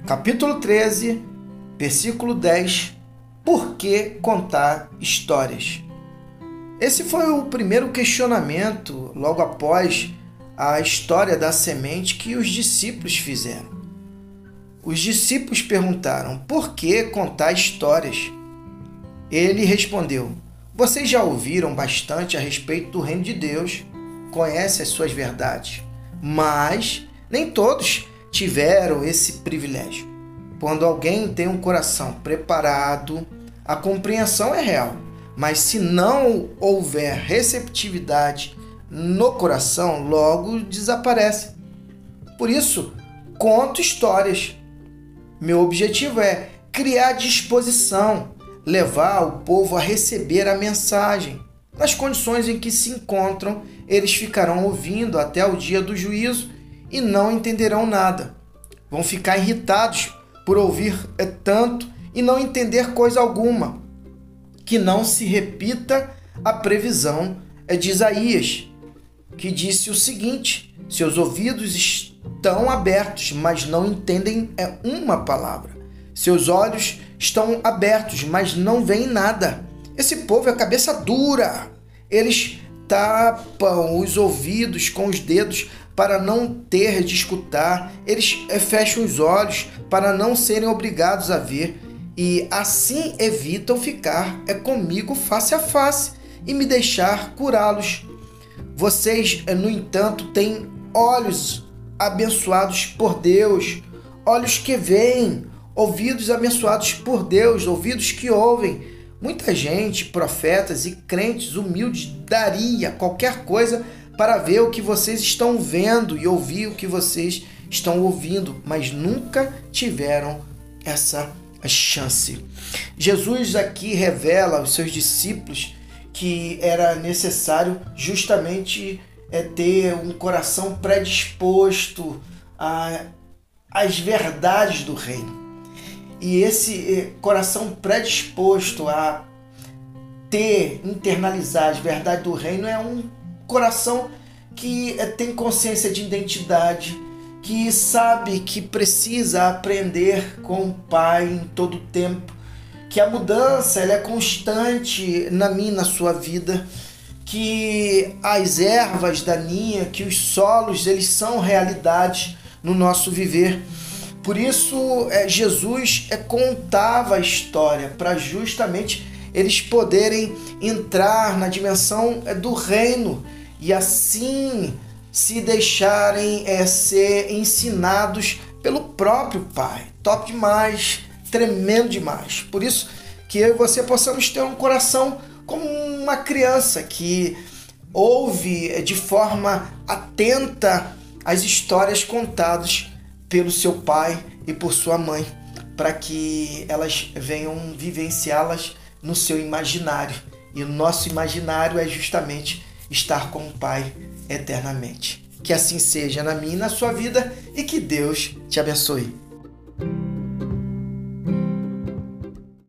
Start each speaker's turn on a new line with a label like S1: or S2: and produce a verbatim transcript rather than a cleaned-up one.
S1: capítulo treze, versículo dez. Por que contar histórias? Esse foi o primeiro questionamento logo após a história da semente que os discípulos fizeram. Os discípulos perguntaram: por que contar histórias? Ele respondeu: vocês já ouviram bastante a respeito do reino de Deus, conhecem as suas verdades, mas nem todos tiveram esse privilégio. Quando alguém tem um coração preparado, a compreensão é real, mas se não houver receptividade no coração, logo desaparece. Por isso, conto histórias. Meu objetivo é criar disposição, levar o povo a receber a mensagem. Nas condições em que se encontram, eles ficarão ouvindo até o dia do juízo e não entenderão nada. Vão ficar irritados por ouvir tanto e não entender coisa alguma. Que não se repita a previsão de Isaías, que disse o seguinte: seus ouvidos estão abertos, mas não entendem uma palavra. Seus olhos estão abertos, mas não veem nada. Esse povo é cabeça dura. Eles tapam os ouvidos com os dedos para não ter de escutar. Eles fecham os olhos para não serem obrigados a ver. E assim evitam ficar é comigo face a face e me deixar curá-los. Vocês, no entanto, têm olhos abençoados por Deus, olhos que veem, ouvidos abençoados por Deus, ouvidos que ouvem. Muita gente, profetas e crentes humildes, daria qualquer coisa para ver o que vocês estão vendo e ouvir o que vocês estão ouvindo, mas nunca tiveram essa chance. Jesus aqui revela aos seus discípulos que era necessário justamente é, ter um coração predisposto a, às verdades do reino. E esse coração predisposto a ter, internalizar as verdades do reino é um coração que tem consciência de identidade, que sabe que precisa aprender com o Pai em todo o tempo, que a mudança ela é constante na minha e na sua vida, que as ervas daninhas, que os solos, eles são realidades no nosso viver. Por isso, é, Jesus é, contava a história para justamente eles poderem entrar na dimensão é, do reino e assim se deixarem é, ser ensinados pelo próprio Pai. Top demais, tremendo demais. Por isso que eu e você possamos ter um coração como uma criança que ouve de forma atenta as histórias contadas pelo seu pai e por sua mãe, para que elas venham vivenciá-las no seu imaginário. E o nosso imaginário é justamente estar com o Pai eternamente. Que assim seja na minha e na sua vida e que Deus te abençoe.